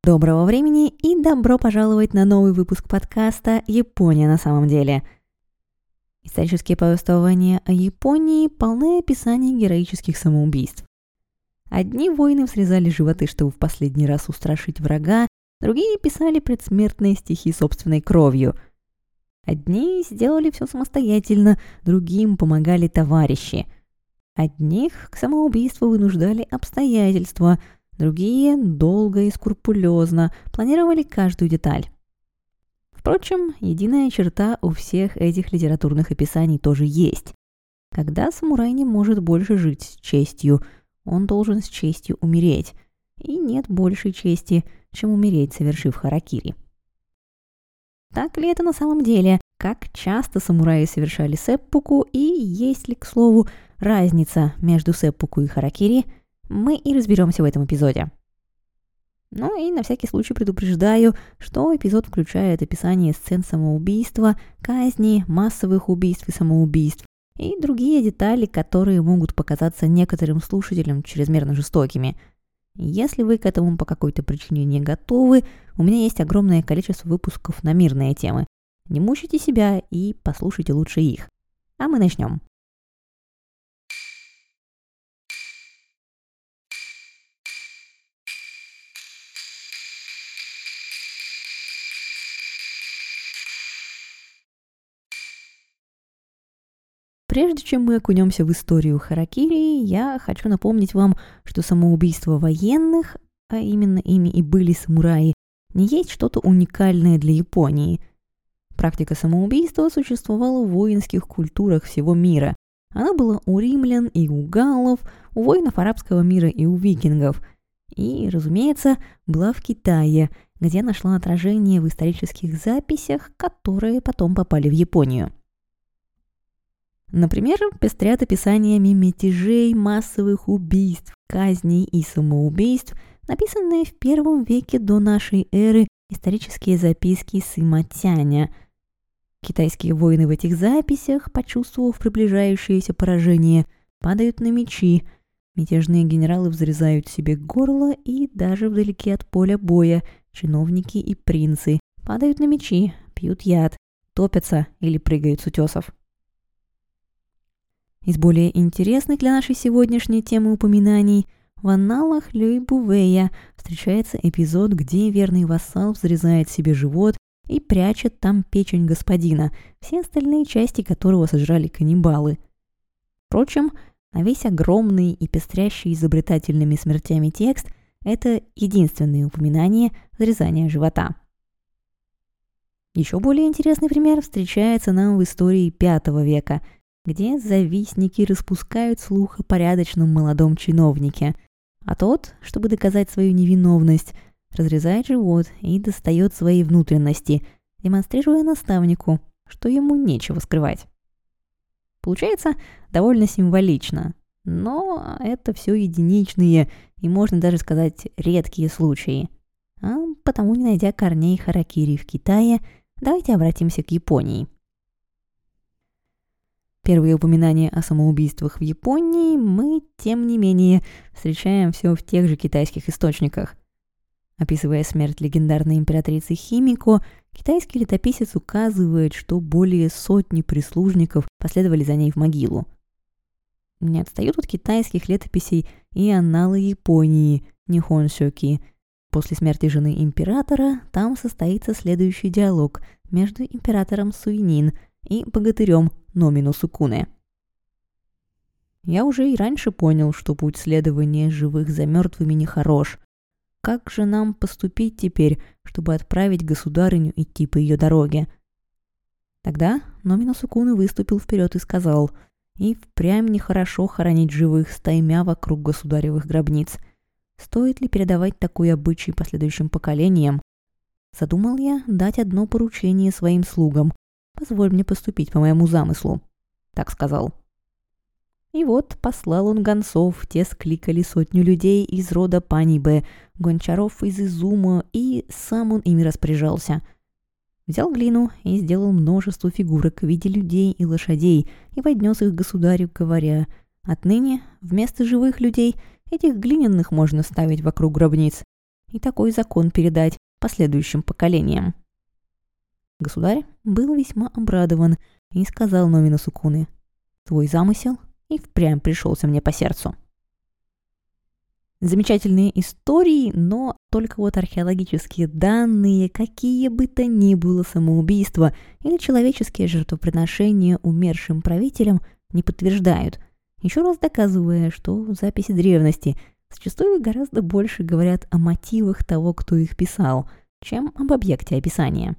Доброго времени и добро пожаловать на новый выпуск подкаста «Япония на самом деле». Исторические повествования о Японии полны описаний героических самоубийств. Одни воины срезали животы, чтобы в последний раз устрашить врага, другие писали предсмертные стихи собственной кровью. Одни сделали все самостоятельно, другим помогали товарищи. Одних к самоубийству вынуждали обстоятельства, другие долго и скрупулезно планировали каждую деталь. Впрочем, единая черта у всех этих литературных описаний тоже есть. Когда самурай не может больше жить с честью, он должен с честью умереть. И нет большей чести, чем умереть, совершив харакири. Так ли это на самом деле? Как часто самураи совершали сэппуку и есть ли, к слову, разница между сэппуку и харакири, мы и разберемся в этом эпизоде. Ну и на всякий случай предупреждаю, что эпизод включает описание сцен самоубийства, казни, массовых убийств и самоубийств и другие детали, которые могут показаться некоторым слушателям чрезмерно жестокими. Если вы к этому по какой-то причине не готовы, у меня есть огромное количество выпусков на мирные темы. Не мучайте себя и послушайте лучше их. А мы начнем. Прежде чем мы окунемся в историю харакири, я хочу напомнить вам, что самоубийство военных, а именно ими и были самураи, не есть что-то уникальное для Японии. Практика самоубийства существовала в воинских культурах всего мира. Она была у римлян и у галлов, у воинов арабского мира и у викингов. И, разумеется, была в Китае, где нашла отражение в исторических записях, которые потом попали в Японию. Например, пестрят описаниями мятежей, массовых убийств, казней и самоубийств, написанные в I веке до нашей эры исторические записки Сыма Тяня. Китайские воины в этих записях, почувствовав приближающееся поражение, падают на мечи. Мятежные генералы взрезают себе горло, и даже вдалеке от поля боя чиновники и принцы падают на мечи, пьют яд, топятся или прыгают с утесов. Из более интересных для нашей сегодняшней темы упоминаний в анналах Люй Бувея встречается эпизод, где верный вассал взрезает себе живот и прячет там печень господина, все остальные части которого сожрали каннибалы. Впрочем, на весь огромный и пестрящий изобретательными смертями текст это единственное упоминание взрезания живота. Еще более интересный пример встречается нам в истории V века, где завистники распускают слух о порядочном молодом чиновнике, а тот, чтобы доказать свою невиновность, разрезает живот и достает свои внутренности, демонстрируя наставнику, что ему нечего скрывать. Получается довольно символично, но это все единичные и, можно даже сказать, редкие случаи. А потому, не найдя корней харакири в Китае, давайте обратимся к Японии. Первые упоминания о самоубийствах в Японии мы, тем не менее, встречаем все в тех же китайских источниках. Описывая смерть легендарной императрицы Химико, китайский летописец указывает, что более сотни прислужников последовали за ней в могилу. Не отстают от китайских летописей и анналы Японии, Нихонсёки. После смерти жены императора там состоится следующий диалог между императором Суйнин и богатырем Номину Сукуне. Я уже и раньше понял, что путь следования живых за мертвыми нехорош. Как же нам поступить теперь, чтобы отправить государыню идти по ее дороге? Тогда Номину Сукуне выступил вперед и сказал: «И впрямь нехорошо хоронить живых стаймя вокруг государевых гробниц. Стоит ли передавать такой обычай последующим поколениям? Задумал я дать одно поручение своим слугам. Позволь мне поступить по моему замыслу», — так сказал. И вот послал он гонцов, те скликали 100 людей из рода Панибе, гончаров из Изума, и сам он ими распоряжался. Взял глину и сделал множество фигурок в виде людей и лошадей и поднес их государю, говоря: «Отныне вместо живых людей этих глиняных можно ставить вокруг гробниц. и такой закон передать последующим поколениям. Государь был весьма обрадован и сказал Номина Сукуне: «Твой замысел и впрямь пришелся мне по сердцу». Замечательные истории, но только вот археологические данные, какие бы то ни было самоубийства или человеческие жертвоприношения умершим правителям, не подтверждают, еще раз доказывая, что записи древности зачастую гораздо больше говорят о мотивах того, кто их писал, чем об объекте описания.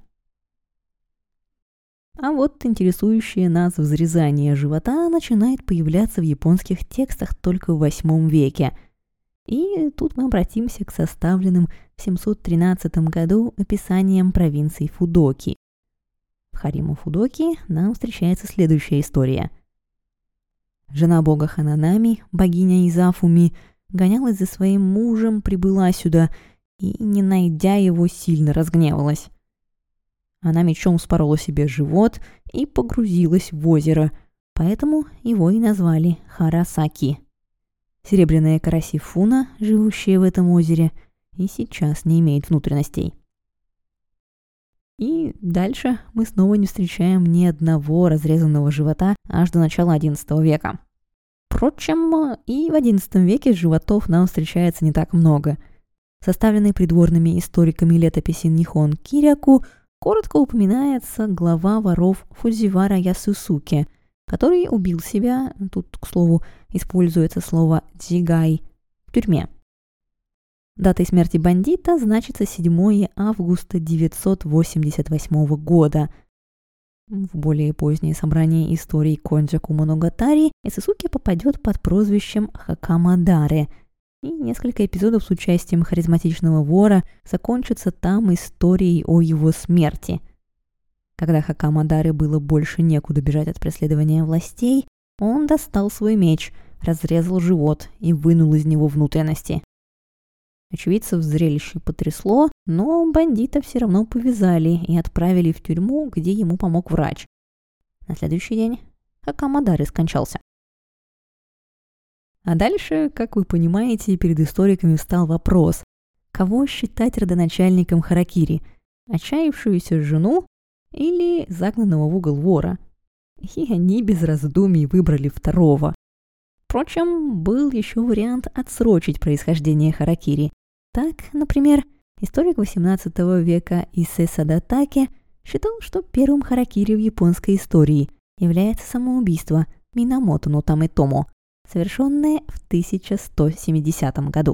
А вот интересующее нас взрезание живота начинает появляться в японских текстах только в VIII веке. И тут мы обратимся к составленным в 713 году описаниям провинций Фудоки. В Хариму Фудоки нам встречается следующая история. Жена бога Хананами, богиня Изафуми, гонялась за своим мужем, прибыла сюда и, не найдя его, сильно разгневалась. Она мечом спорола себе живот и погрузилась в озеро, поэтому его и назвали Харасаки. Серебряная караси Фуна, живущая в этом озере, и сейчас не имеет внутренностей. И дальше мы снова не встречаем ни одного разрезанного живота аж до начала XI века. Впрочем, и в XI веке животов нам встречается не так много. Составленный придворными историками летописи Нихон Киряку коротко упоминается глава воров Фудзивара Ясусуке, который убил себя, тут, к слову, используется слово «дзигай», в тюрьме. Датой смерти бандита значится 7 августа 988 года. В более позднее собрание историй Конджаку Моногатари Ясусуке попадет под прозвищем Хакамадаре, и несколько эпизодов с участием харизматичного вора закончатся там историей о его смерти. Когда Хакамадаре было больше некуда бежать от преследования властей, он достал свой меч, разрезал живот и вынул из него внутренности. Очевидцев зрелище потрясло, но бандита все равно повязали и отправили в тюрьму, где ему помог врач. На следующий день Хакамадаре скончался. А дальше, как вы понимаете, перед историками встал вопрос, кого считать родоначальником харакири – отчаявшуюся жену или загнанного в угол вора? И они без раздумий выбрали второго. Впрочем, был еще вариант отсрочить происхождение харакири. Так, например, историк XVIII века Исэ Садатаке считал, что первым харакири в японской истории является самоубийство Минамото но Тамэтомо, совершенное в 1170 году.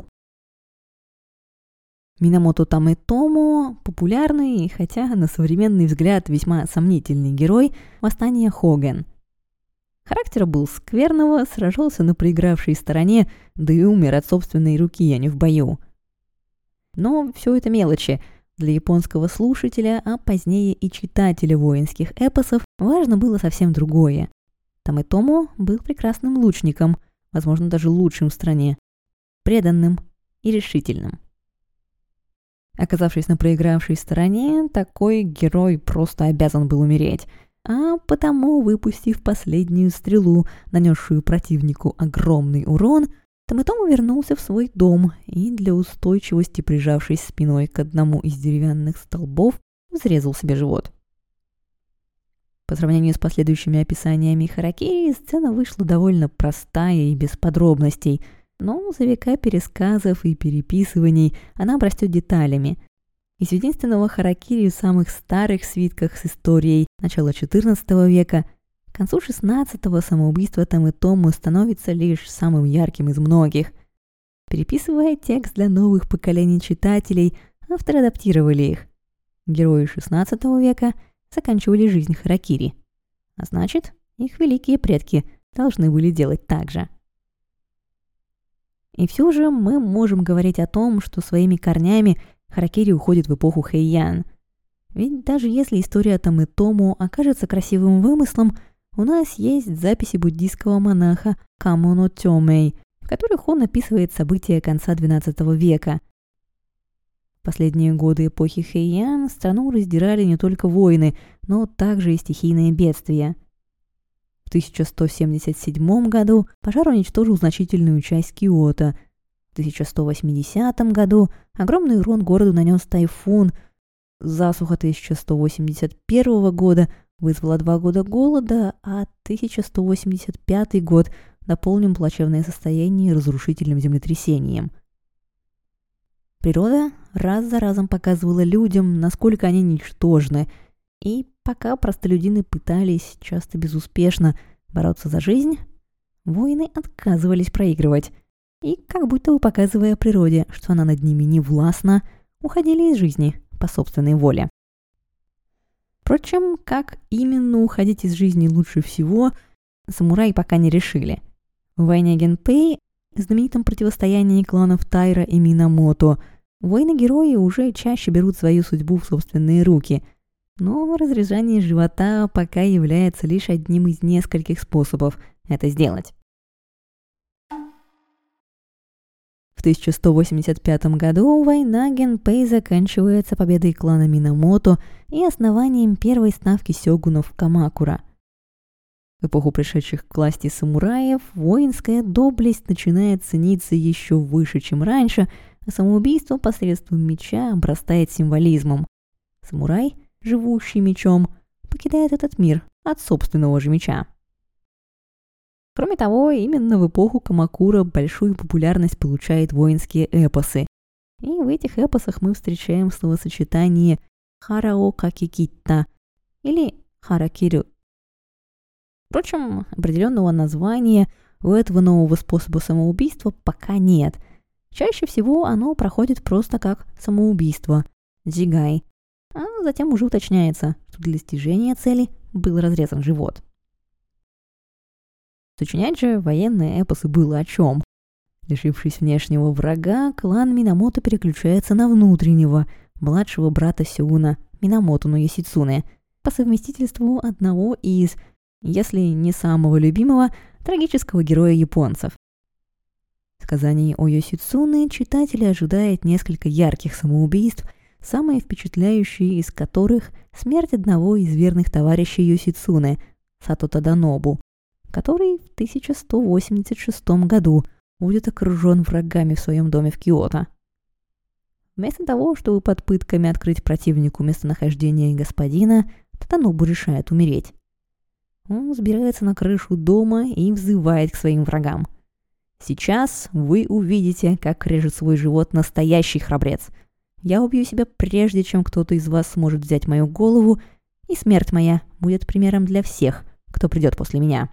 Минамото Тамэтомо – популярный, хотя на современный взгляд весьма сомнительный герой восстания Хоген. Характера был скверного, сражался на проигравшей стороне, да и умер от собственной руки, а не в бою. Но все это мелочи. Для японского слушателя, а позднее и читателя воинских эпосов, важно было совсем другое. Тамэтомо был прекрасным лучником, возможно, даже лучшим в стране, преданным и решительным. Оказавшись на проигравшей стороне, такой герой просто обязан был умереть, а потому, выпустив последнюю стрелу, нанесшую противнику огромный урон, Тамэтомо вернулся в свой дом и, для устойчивости прижавшись спиной к одному из деревянных столбов, взрезал себе живот. По сравнению с последующими описаниями харакири, сцена вышла довольно простая и без подробностей, но за века пересказов и переписываний она обрастет деталями. Из единственного харакири в самых старых свитках с историей начала XIV века к концу XVI самоубийство Тамэтомо становится лишь самым ярким из многих. Переписывая текст для новых поколений читателей, авторы адаптировали их. Герои XVI века заканчивали жизнь харакири, а значит, их великие предки должны были делать так же. И все же мы можем говорить о том, что своими корнями харакири уходит в эпоху Хэйян. Ведь даже если история Тамэтомо окажется красивым вымыслом, у нас есть записи буддийского монаха Камоно Тёмэй, в которых он описывает события конца XII века. В последние годы эпохи Хэйян страну раздирали не только войны, но также и стихийные бедствия. В 1177 году пожар уничтожил значительную часть Киото. В 1180 году огромный урон городу нанес тайфун. Засуха 1181 года вызвала 2 года голода, а 1185 год наполнил плачевное состояние разрушительным землетрясением. Природа раз за разом показывала людям, насколько они ничтожны, и пока простолюдины пытались, часто безуспешно, бороться за жизнь, воины отказывались проигрывать, и, как будто бы показывая природе, что она над ними не властна, уходили из жизни по собственной воле. Впрочем, как именно уходить из жизни лучше всего, самураи пока не решили. В войне Генпэй, знаменитом противостоянии кланов Тайра и Минамото, воины-герои уже чаще берут свою судьбу в собственные руки, но разрезание живота пока является лишь одним из нескольких способов это сделать. В 1185 году война Генпэй заканчивается победой клана Минамото и основанием первой ставки сёгунов Камакура. В эпоху пришедших к власти самураев воинская доблесть начинает цениться еще выше, чем раньше, а самоубийство посредством меча обрастает символизмом. Самурай, живущий мечом, покидает этот мир от собственного же меча. Кроме того, именно в эпоху Камакура большую популярность получают воинские эпосы. И в этих эпосах мы встречаем словосочетание «харао какикитта» или «харакирю». Впрочем, определенного названия у этого нового способа самоубийства пока нет. Чаще всего оно проходит просто как самоубийство – дзигай, а затем уже уточняется, что для достижения цели был разрезан живот. Сочинять же военные эпосы было о чем. Лишившись внешнего врага, клан Минамото переключается на внутреннего, младшего брата сёгуна Минамото но Йосицуне, по совместительству одного из, если не самого любимого, трагического героя японцев. В сказании о Йосицуне читатели ожидает несколько ярких самоубийств, самые впечатляющие из которых смерть одного из верных товарищей Йосицуне, Сато Таданобу, который в 1186 году будет окружен врагами в своем доме в Киото. Вместо того, чтобы под пытками открыть противнику местонахождение господина, Таданобу решает умереть. Он взбирается на крышу дома и взывает к своим врагам. «Сейчас вы увидите, как режет свой живот настоящий храбрец. Я убью себя прежде, чем кто-то из вас сможет взять мою голову, и смерть моя будет примером для всех, кто придет после меня».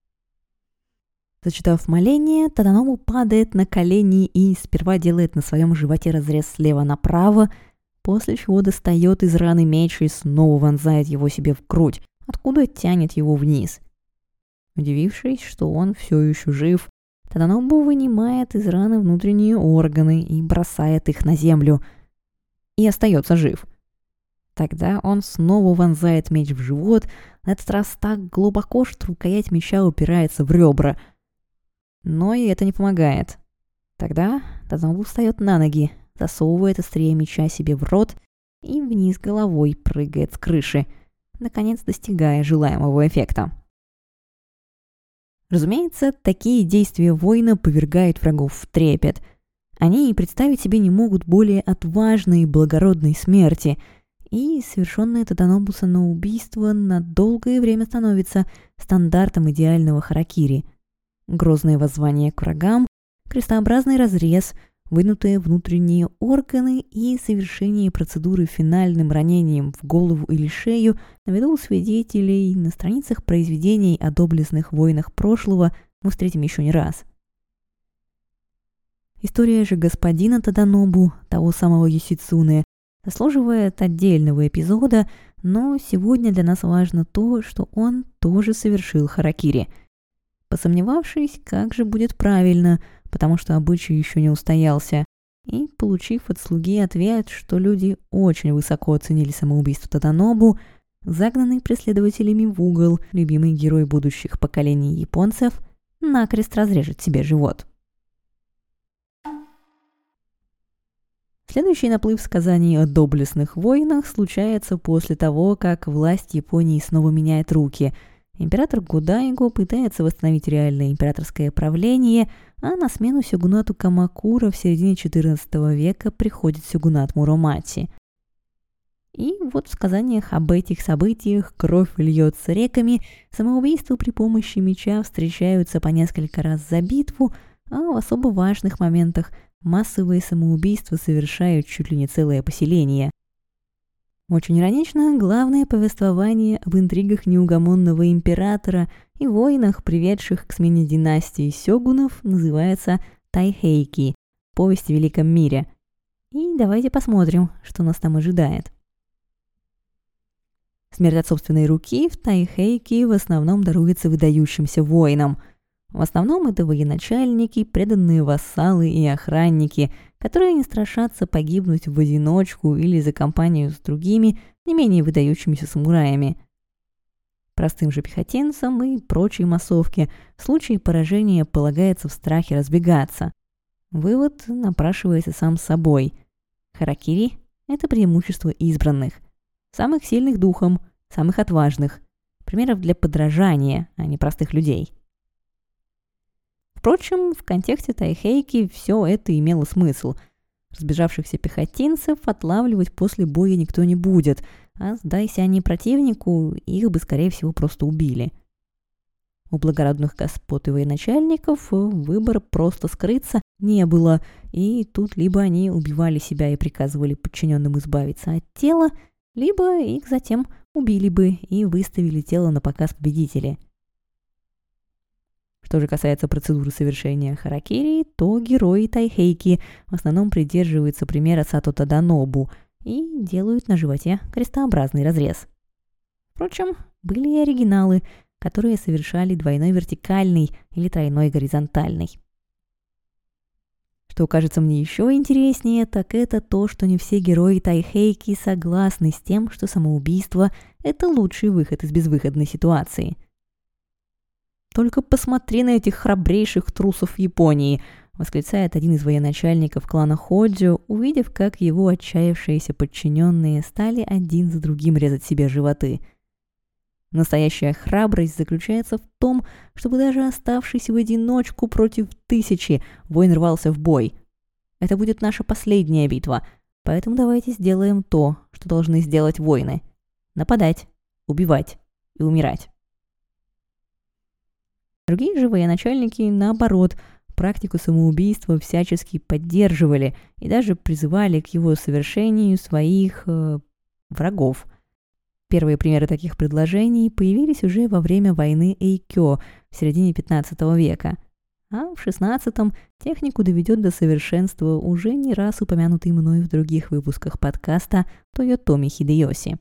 Зачитав моление, Таданобу падает на колени и сперва делает на своем животе разрез слева направо, после чего достает из раны меч и снова вонзает его себе в грудь, откуда тянет его вниз. Удивившись, что он все еще жив, Таданобу вынимает из раны внутренние органы и бросает их на землю. И остается жив. Тогда он снова вонзает меч в живот, на этот раз так глубоко, что рукоять меча упирается в ребра. Но и это не помогает. Тогда Таданобу встает на ноги, засовывает острие меча себе в рот и вниз головой прыгает с крыши, наконец достигая желаемого эффекта. Разумеется, такие действия воина повергают врагов в трепет. Они и представить себе не могут более отважной и благородной смерти, и совершенное Таданобу самоубийство на долгое время становится стандартом идеального харакири. Грозное воззвание к врагам, крестообразный разрез, вынутые внутренние органы и совершение процедуры финальным ранением в голову или шею на виду у свидетелей на страницах произведений о доблестных воинах прошлого мы встретим еще не раз. История же господина Таданобу, того самого Йосицуне, заслуживает отдельного эпизода, но сегодня для нас важно то, что он тоже совершил харакири. Посомневавшись, как же будет правильно, потому что обычай еще не устоялся, и получив от слуги ответ, что люди очень высоко оценили самоубийство Таданобу, загнанный преследователями в угол любимый герой будущих поколений японцев накрест разрежет себе живот. Следующий наплыв сказаний о доблестных воинах случается после того, как власть Японии снова меняет руки, Император Годайго пытается восстановить реальное императорское правление, а на смену сёгунату Камакура в середине XIV века приходит сёгунат Муромати. И вот в сказаниях об этих событиях кровь льется реками, самоубийства при помощи меча встречаются по несколько раз за битву, а в особо важных моментах массовые самоубийства совершают чуть ли не целое поселение. Очень иронично, главное повествование об интригах неугомонного императора и войнах, приведших к смене династии сёгунов, называется Тайхейки – повесть о великом мире. И давайте посмотрим, что нас там ожидает. Смерть от собственной руки в Тайхейки в основном даруется выдающимся воинам. В основном это военачальники, преданные вассалы и охранники, которые не страшатся погибнуть в одиночку или за компанию с другими, не менее выдающимися самураями. Простым же пехотинцам и прочей массовке в случае поражения полагается в страхе разбегаться. Вывод напрашивается сам собой. Харакири – это преимущество избранных, самых сильных духом, самых отважных, примеров для подражания, а не простых людей. Впрочем, в контексте Тайхейки все это имело смысл. Разбежавшихся пехотинцев отлавливать после боя никто не будет, а сдайся они противнику, их бы, скорее всего, просто убили. У благородных господ и военачальников выбора просто скрыться не было, и тут либо они убивали себя и приказывали подчиненным избавиться от тела, либо их затем убили бы и выставили тело на показ победителей. Что же касается процедуры совершения харакири, то герои Тайхейки в основном придерживаются примера Сато Таданобу и делают на животе крестообразный разрез. Впрочем, были и оригиналы, которые совершали двойной вертикальный или тройной горизонтальный. Что кажется мне еще интереснее, так это то, что не все герои Тайхейки согласны с тем, что самоубийство – это лучший выход из безвыходной ситуации. «Только посмотри на этих храбрейших трусов Японии!» – восклицает один из военачальников клана Ходжо, увидев, как его отчаявшиеся подчиненные стали один за другим резать себе животы. Настоящая храбрость заключается в том, чтобы даже оставшись в одиночку против 1000, воин рвался в бой. Это будет наша последняя битва, поэтому давайте сделаем то, что должны сделать воины – нападать, убивать и умирать. Другие же военачальники, наоборот, практику самоубийства всячески поддерживали и даже призывали к его совершению своих врагов. Первые примеры таких предложений появились уже во время войны Эйкё в середине 15 века, а в 16-м технику доведет до совершенства уже не раз упомянутый мной в других выпусках подкаста Тойотоми Хидеёси.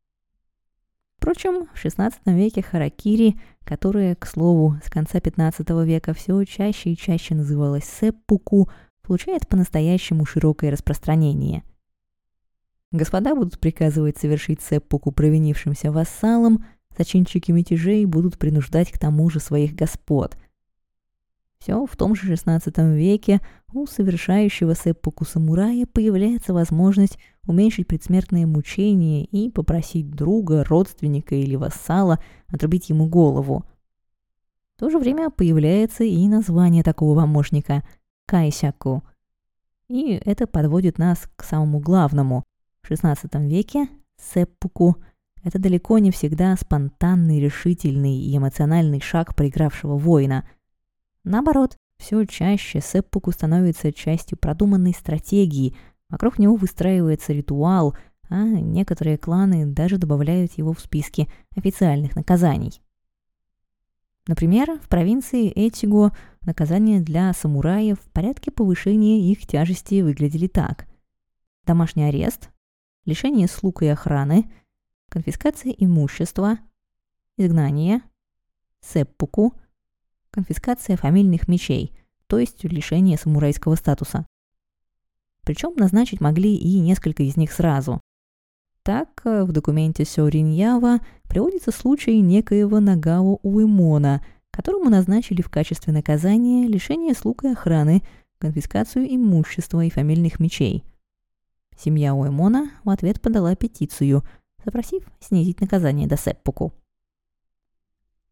Впрочем, в XVI веке харакири, которая, к слову, с конца XV века все чаще и чаще называлась сэппуку, получает по-настоящему широкое распространение. Господа будут приказывать совершить сэппуку провинившимся вассалам, зачинщики мятежей будут принуждать к тому же своих господ. Все в том же XVI веке у совершающего сэппуку самурая появляется возможность уменьшить предсмертные мучения и попросить друга, родственника или вассала отрубить ему голову. В то же время появляется и название такого помощника – кайсяку. И это подводит нас к самому главному. В XVI веке сэппуку – это далеко не всегда спонтанный, решительный и эмоциональный шаг проигравшего воина. Наоборот, все чаще сэппуку становится частью продуманной стратегии, вокруг него выстраивается ритуал, а некоторые кланы даже добавляют его в списки официальных наказаний. Например, в провинции Этиго наказания для самураев в порядке повышения их тяжести выглядели так: домашний арест, лишение слуг и охраны, конфискация имущества, изгнание, сэппуку, конфискация фамильных мечей, то есть лишение самурайского статуса. Причем назначить могли и несколько из них сразу. Так, в документе Сёриньява приводится случай некоего Нагао Уэмона, которому назначили в качестве наказания лишение слуг и охраны, конфискацию имущества и фамильных мечей. Семья Уэмона в ответ подала петицию, запросив снизить наказание до сэппуку.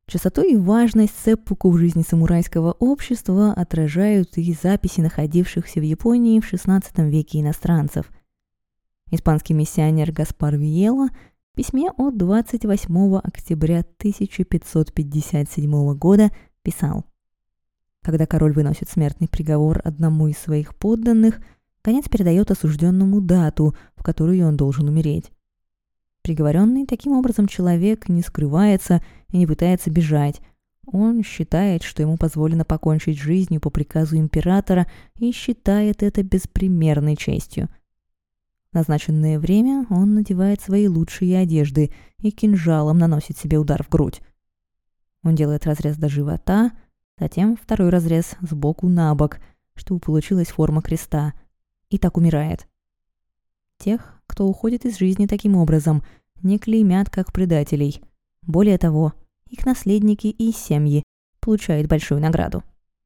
Частоту и важность сэппуку в жизни самурайского общества отражают и записи находившихся в Японии в XVI веке иностранцев. Испанский миссионер Гаспар Виела в письме от 28 октября 1557 года писал: «Когда король выносит смертный приговор одному из своих подданных, гонец передает осужденному дату, в которую он должен умереть. Приговоренный таким образом человек не скрывается и не пытается бежать. Он считает, что ему позволено покончить с жизнью по приказу императора и считает это беспримерной честью. В назначенное время он надевает свои лучшие одежды и кинжалом наносит себе удар в грудь. Он делает разрез до живота, затем второй разрез сбоку на бок, чтобы получилась форма креста, и так умирает. Тех, кто уходит из жизни таким образом, не клеймят как предателей. Более того, их наследники и семьи получают большую награду».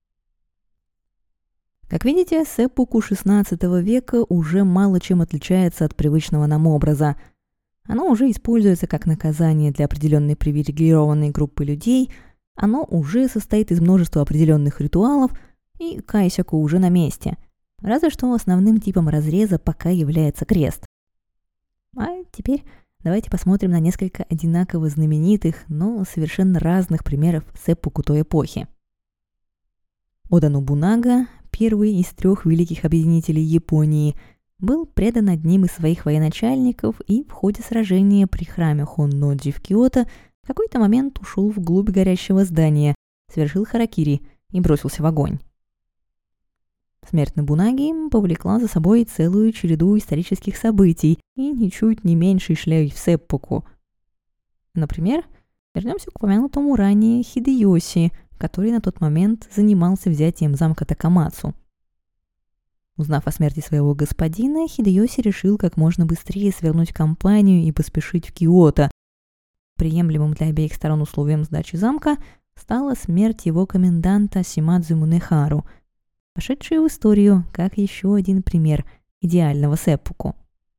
Как видите, сэппуку XVI века уже мало чем отличается от привычного нам образа. Оно уже используется как наказание для определенной привилегированной группы людей, оно уже состоит из множества определенных ритуалов, и кайсяку уже на месте. Разве что основным типом разреза пока является крест. А теперь давайте посмотрим на несколько одинаково знаменитых, но совершенно разных примеров сэппуку той эпохи. Ода Нобунага, первый из 3 великих объединителей Японии, был предан одним из своих военачальников и в ходе сражения при храме Хонноджи в Киото в какой-то момент ушел вглубь горящего здания, совершил харакири и бросился в огонь. Смерть Нобунаги повлекла за собой целую череду исторических событий и ничуть не меньший шлейф в сэппуку. Например, вернемся к упомянутому ранее Хидэёси, который на тот момент занимался взятием замка Такамацу. Узнав о смерти своего господина, Хидэёси решил как можно быстрее свернуть кампанию и поспешить в Киото. Приемлемым для обеих сторон условием сдачи замка стала смерть его коменданта Симадзу Мунэхару, вошедший в историю как еще один пример идеального сэппуку.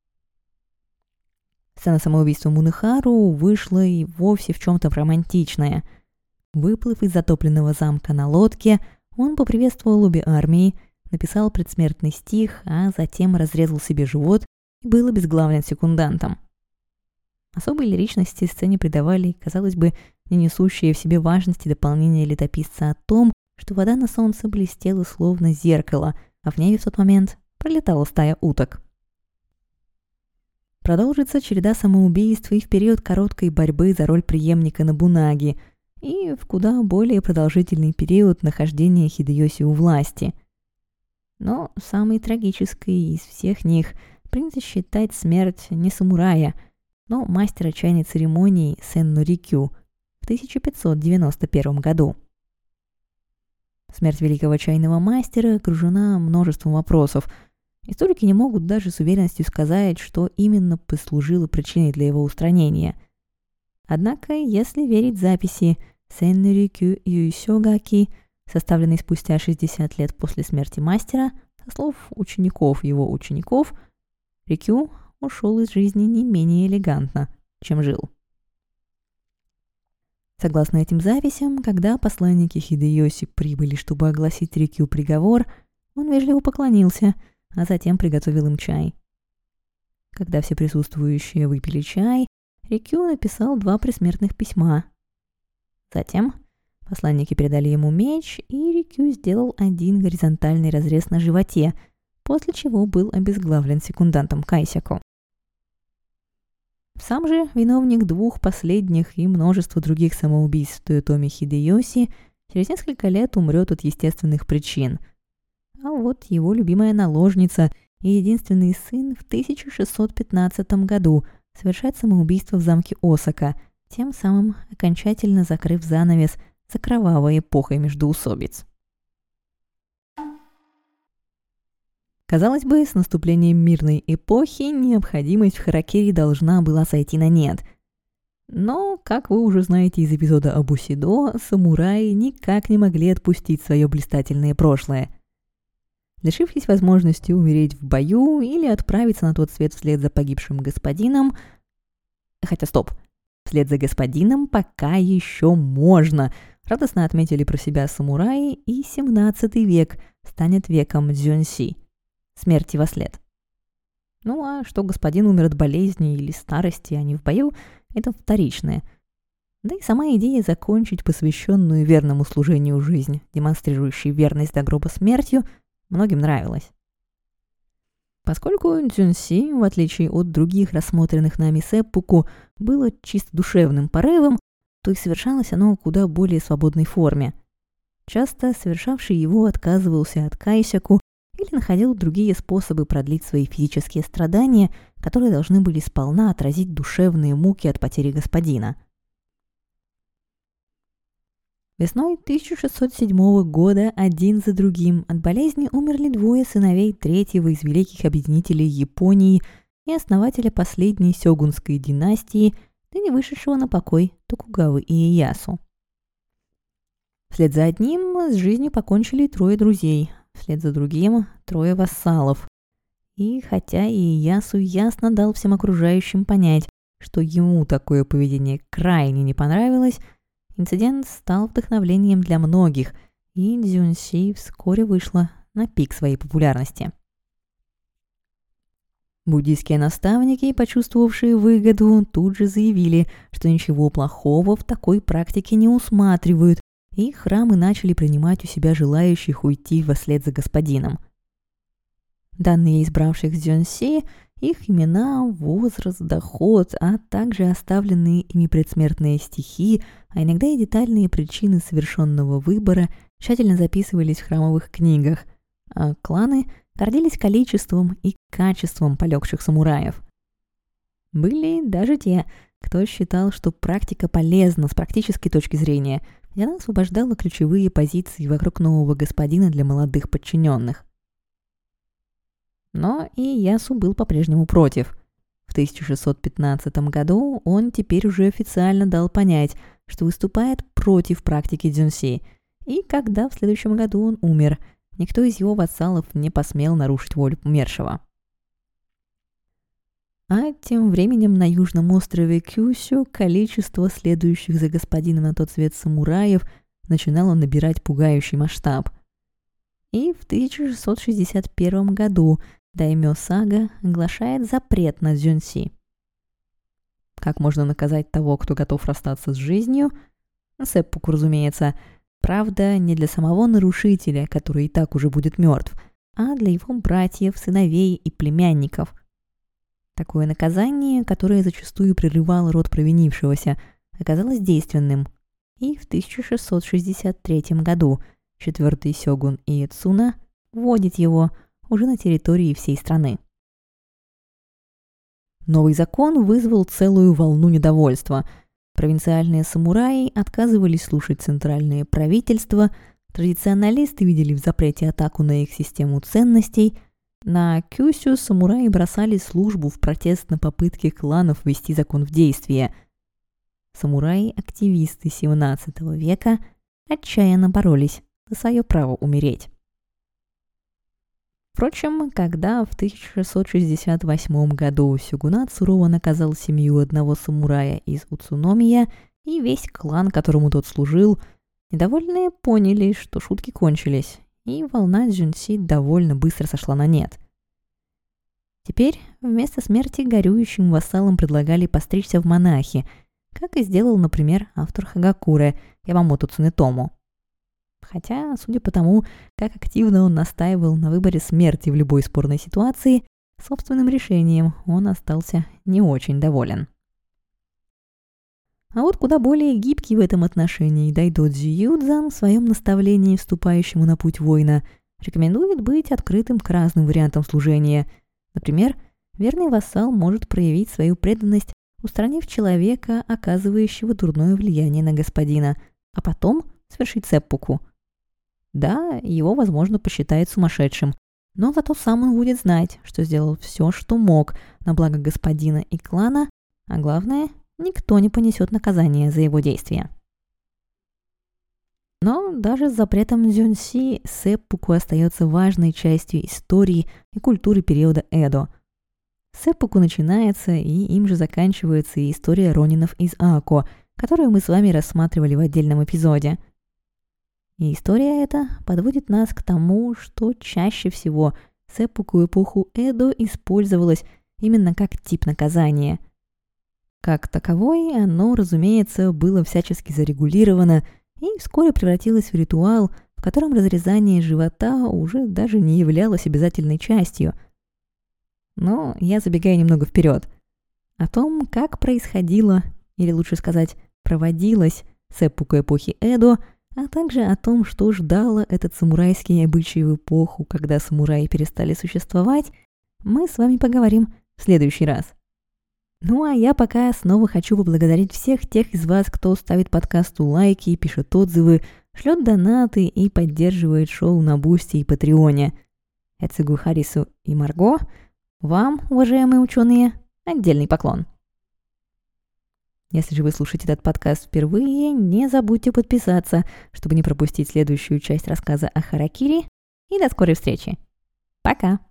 Сцена самоубийства Мунэхару вышла и вовсе в чем-то романтичная. Выплыв из затопленного замка на лодке, он поприветствовал обе армии, написал предсмертный стих, а затем разрезал себе живот и был обезглавлен секундантом. Особой лиричности сцене придавали, казалось бы, не несущие в себе важности дополнения летописца о том, что вода на солнце блестела словно зеркало, а в небе в тот момент пролетала стая уток. Продолжится череда самоубийств и в период короткой борьбы за роль преемника Нобунаги, и в куда более продолжительный период нахождения Хидэёси у власти. Но самой трагической из всех них принято считать смерть не самурая, но мастера чайной церемонии Сенну Рикю в 1591 году. Смерть великого чайного мастера окружена множеством вопросов. Историки не могут даже с уверенностью сказать, что именно послужило причиной для его устранения. Однако, если верить записи Сенну Рикю Юйсёгаки, составленной спустя 60 лет после смерти мастера, со слов учеников его учеников, Рикю ушел из жизни не менее элегантно, чем жил. Согласно этим записям, когда посланники Хидэёси прибыли, чтобы огласить Рикю приговор, он вежливо поклонился, а затем приготовил им чай. Когда все присутствующие выпили чай, Рикю написал 2 предсмертных письма. Затем посланники передали ему меч, и Рикю сделал 1 горизонтальный разрез на животе, после чего был обезглавлен секундантом Кайсяку. Сам же виновник 2 последних и множества других самоубийств Тоётоми Хидэёси через несколько лет умрет от естественных причин. А вот его любимая наложница и единственный сын в 1615 году совершает самоубийство в замке Осака, тем самым окончательно закрыв занавес за кровавой эпохой междоусобиц. Казалось бы, с наступлением мирной эпохи необходимость в харакири должна была сойти на нет. Но, как вы уже знаете из эпизода о Бусидо, самураи никак не могли отпустить свое блистательное прошлое. Лишившись возможности умереть в бою или отправиться на тот свет вслед за погибшим господином... Хотя стоп, Вслед за господином пока еще можно, радостно отметили про себя самураи, и 17 век станет веком дзюньси, смерти во след. Ну а что господин умер от болезни или старости, а не в бою, это вторичное. Да и сама идея закончить посвященную верному служению жизнь, демонстрирующей верность до гроба смертью, многим нравилась. Поскольку дзюньси, в отличие от других рассмотренных нами сэппуку, было чисто душевным порывом, то и совершалось оно в куда более свободной форме. Часто совершавший его отказывался от кайсяку или находил другие способы продлить свои физические страдания, которые должны были сполна отразить душевные муки от потери господина. Весной 1607 года один за другим от болезни умерли двое сыновей третьего из великих объединителей Японии и основателя последней сёгунской династии, ныне вышедшего на покой Токугавы Иэясу. Вслед за одним с жизнью покончили трое друзей, вслед за другим трое вассалов. И хотя Иэясу ясно дал всем окружающим понять, что ему такое поведение крайне не понравилось, инцидент стал вдохновлением для многих, и дзюньси вскоре вышла на пик своей популярности. Буддийские наставники, почувствовавшие выгоду, тут же заявили, что ничего плохого в такой практике не усматривают, и храмы начали принимать у себя желающих уйти вслед за господином. Данные избравших дзюньси, их имена, возраст, доход, а также оставленные ими предсмертные стихи, а иногда и детальные причины совершенного выбора тщательно записывались в храмовых книгах, а кланы гордились количеством и качеством полегших самураев. Были даже те, кто считал, что практика полезна с практической точки зрения, и она освобождала ключевые позиции вокруг нового господина для молодых подчиненных. Но Иэясу был по-прежнему против. В 1615 году он теперь уже официально дал понять, что выступает против практики дзюньси, и когда в следующем году он умер, никто из его вассалов не посмел нарушить волю умершего. А тем временем на южном острове Кюсю количество следующих за господином на тот свет самураев начинало набирать пугающий масштаб. И в 1661 году даймё Сага оглашает запрет на дзюньси. Как можно наказать того, кто готов расстаться с жизнью? Сэппуку, разумеется. Правда, не для самого нарушителя, который и так уже будет мертв, а для его братьев, сыновей и племянников. Такое наказание, которое зачастую прерывало род провинившегося, оказалось действенным. И в 1663 году четвертый сёгун Иэцуна вводит его уже на территории всей страны. Новый закон вызвал целую волну недовольства. Провинциальные самураи отказывались слушать центральное правительство, традиционалисты видели в запрете атаку на их систему ценностей, на Кюсю самураи бросали службу в протест на попытки кланов ввести закон в действие. Самураи-активисты XVII века отчаянно боролись за свое право умереть. Впрочем, когда в 1668 году сёгунат сурово наказал семью одного самурая из Уцуномия и весь клан, которому тот служил, недовольные поняли, что шутки кончились, и волна дзюньси довольно быстро сошла на нет. Теперь вместо смерти горюющим вассалам предлагали постричься в монахи, как и сделал, например, автор Хагакуры Ямамото Цунетому. Хотя, судя по тому, как активно он настаивал на выборе смерти в любой спорной ситуации, собственным решением он остался не очень доволен. А вот куда более гибкий в этом отношении Дайдодзи Юдзан в своем наставлении вступающему на путь воина рекомендует быть открытым к разным вариантам служения. Например, верный вассал может проявить свою преданность, устранив человека, оказывающего дурное влияние на господина, а потом совершить сэппуку. Да, его, возможно, посчитает сумасшедшим, но зато сам он будет знать, что сделал все, что мог на благо господина и клана, а главное, никто не понесет наказания за его действия. Но даже с запретом дзюньси сэппуку остается важной частью истории и культуры периода Эдо. Сэппуку начинается и им же заканчивается и история ронинов из Ако, которую мы с вами рассматривали в отдельном эпизоде. И история эта подводит нас к тому, что чаще всего сэппуку в эпоху Эдо использовалось именно как тип наказания. Как таковое оно, разумеется, было всячески зарегулировано и вскоре превратилось в ритуал, в котором разрезание живота уже даже не являлось обязательной частью. Но я забегаю немного вперед. О том, как происходило, или лучше сказать, проводилось сэппуку эпохи Эдо, а также о том, что ждало этот самурайский обычай в эпоху, когда самураи перестали существовать, мы с вами поговорим в следующий раз. Ну а я пока снова хочу поблагодарить всех тех из вас, кто ставит подкасту лайки, пишет отзывы, шлет донаты и поддерживает шоу на Бусти и Патреоне. Эцигу Харису и Марго, вам, уважаемые ученые, отдельный поклон. Если же вы слушаете этот подкаст впервые, не забудьте подписаться, чтобы не пропустить следующую часть рассказа о харакири. И до скорой встречи. Пока!